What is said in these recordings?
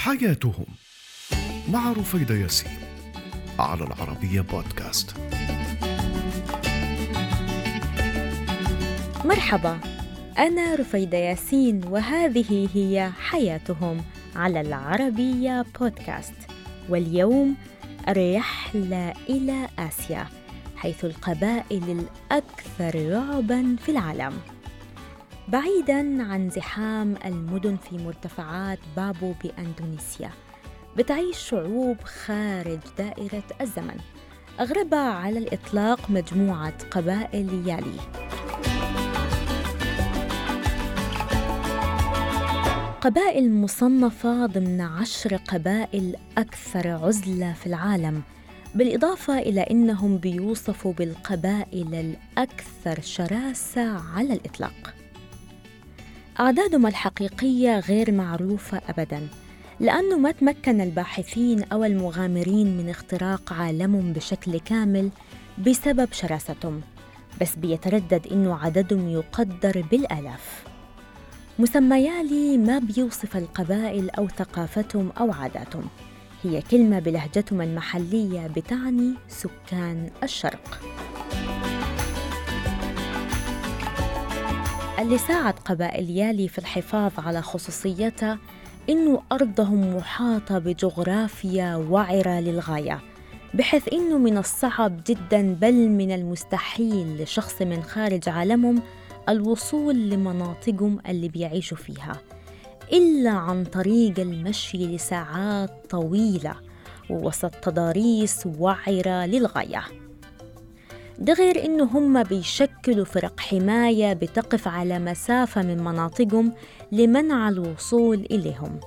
حياتهم مع رفيدة ياسين على العربية بودكاست. مرحبا، أنا رفيدة ياسين وهذه هي حياتهم على العربية بودكاست. واليوم رحلة إلى آسيا، حيث القبائل الأكثر رعباً في العالم. بعيداً عن زحام المدن في مرتفعات بابو بإندونيسيا، بتعيش شعوب خارج دائرة الزمن. أغربها على الإطلاق مجموعة قبائل يالي. قبائل مصنفة ضمن 10 قبائل أكثر عزلة في العالم، بالإضافة إلى أنهم بيوصفوا بالقبائل الأكثر شراسة على الإطلاق. أعدادهم الحقيقية غير معروفة أبداً، لأنه ما تمكن الباحثين أو المغامرين من اختراق عالمهم بشكل كامل بسبب شراستهم، بس بيتردد أنه عددهم يقدر بالآلاف. مسمى يالي ما بيوصف القبائل أو ثقافتهم أو عاداتهم، هي كلمة بلهجتهم المحلية بتعني سكان الشرق. اللي ساعد قبائل يالي في الحفاظ على خصوصيتها إنه أرضهم محاطة بجغرافيا وعرة للغاية، بحيث إنه من الصعب جداً بل من المستحيل لشخص من خارج عالمهم الوصول لمناطقهم اللي بيعيشوا فيها إلا عن طريق المشي لساعات طويلة ووسط تضاريس وعرة للغاية. ده غير إنه هم بيشكلوا فرق حماية بتقف على مسافة من مناطقهم لمنع الوصول إليهم.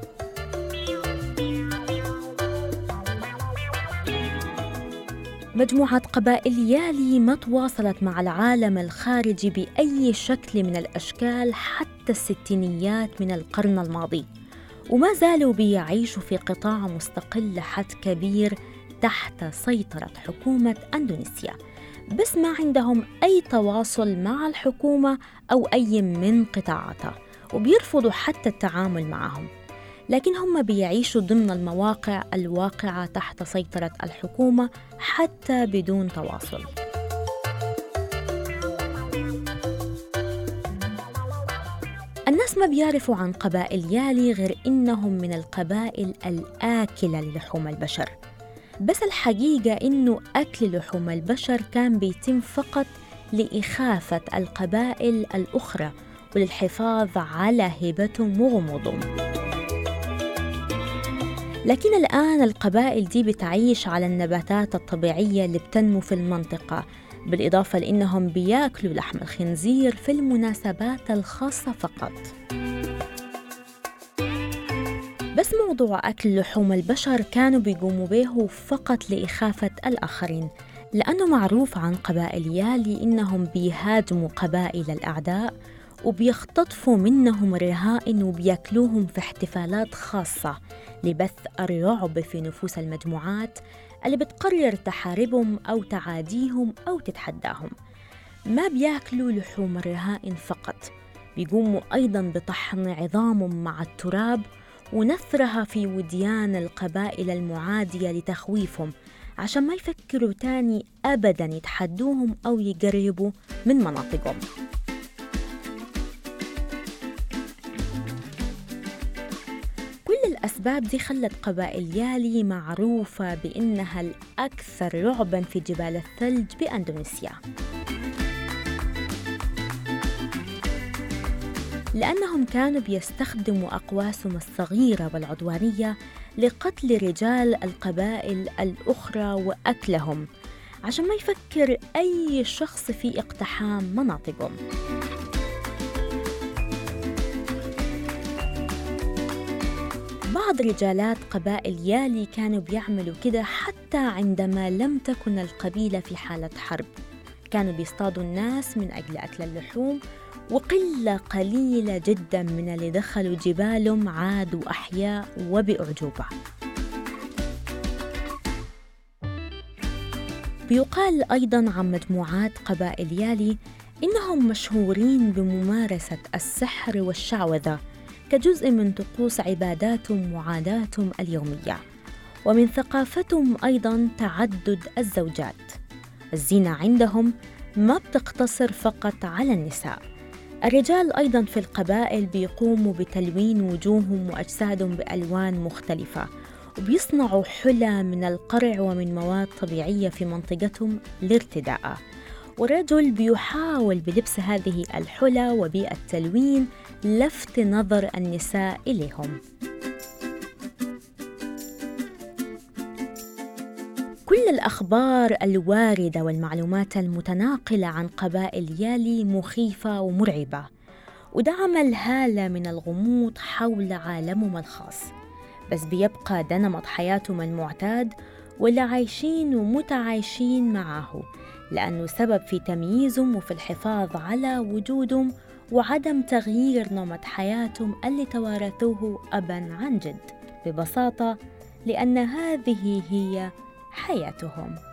مجموعة قبائل يالي ما تواصلت مع العالم الخارجي بأي شكل من الأشكال حتى الستينيات من القرن الماضي، وما زالوا بيعيشوا في قطاع مستقل لحد كبير تحت سيطرة حكومة إندونيسيا، بس ما عندهم أي تواصل مع الحكومة أو أي من قطاعاتها، وبيرفضوا حتى التعامل معهم، لكن هم بيعيشوا ضمن المواقع الواقعة تحت سيطرة الحكومة حتى بدون تواصل. الناس ما بيعرفوا عن قبائل يالي غير إنهم من القبائل الآكلة للحوم البشر، بس الحقيقة إنه أكل لحوم البشر كان بيتم فقط لإخافة القبائل الأخرى وللحفاظ على هيبتهم وغموضهم. لكن الآن القبائل دي بتعيش على النباتات الطبيعية اللي بتنمو في المنطقة، بالإضافة لأنهم بياكلوا لحم الخنزير في المناسبات الخاصة فقط. بس موضوع أكل لحوم البشر كانوا بيقوموا به فقط لإخافة الآخرين، لأنه معروف عن قبائل يالي إنهم بيهاجموا قبائل الأعداء وبيختطفوا منهم رهائن وبياكلوهم في احتفالات خاصة لبث الرعب في نفوس المجموعات اللي بتقرر تحاربهم أو تعاديهم أو تتحداهم. ما بياكلوا لحوم الرهائن فقط، بيقوموا أيضاً بطحن عظامهم مع التراب ونثرها في وديان القبائل المعادية لتخويفهم، عشان ما يفكروا تاني أبداً يتحدوهم أو يقربوا من مناطقهم. كل الأسباب دي خلت قبائل يالي معروفة بأنها الأكثر رعباً في جبال الثلج بإندونيسيا، لأنهم كانوا بيستخدموا أقواسهم الصغيرة والعدوانية لقتل رجال القبائل الأخرى وأكلهم، عشان ما يفكر أي شخص في اقتحام مناطقهم. بعض رجالات قبائل يالي كانوا بيعملوا كده حتى عندما لم تكن القبيلة في حالة حرب، كانوا بيصطادوا الناس من أجل أكل اللحوم، وقلة قليلة جدا من اللي دخلوا جبالهم عادوا أحياء وبأعجوبة. بيقال أيضاً عن مجموعات قبائل يالي إنهم مشهورين بممارسة السحر والشعوذة، كجزء من طقوس عباداتهم وعاداتهم اليومية. ومن ثقافتهم أيضاً تعدد الزوجات. الزينة عندهم ما بتقتصر فقط على النساء. الرجال أيضاً في القبائل بيقوموا بتلوين وجوههم وأجسادهم بألوان مختلفة، وبيصنعوا حلى من القرع ومن مواد طبيعية في منطقتهم لارتداءها. والرجل بيحاول بلبس هذه الحلى وبالتلوين لفت نظر النساء إليهم. كل الأخبار الواردة والمعلومات المتناقلة عن قبائل يالي مخيفة ومرعبة، وده عمل هالة من الغموض حول عالمهم الخاص. بس بيبقى ده نمط حياتهم المعتاد واللي عايشين ومتعايشين معه، لأنه سبب في تمييزهم وفي الحفاظ على وجودهم وعدم تغيير نمط حياتهم اللي توارثوه أباً عن جد. ببساطة لأن هذه هي حياتهم.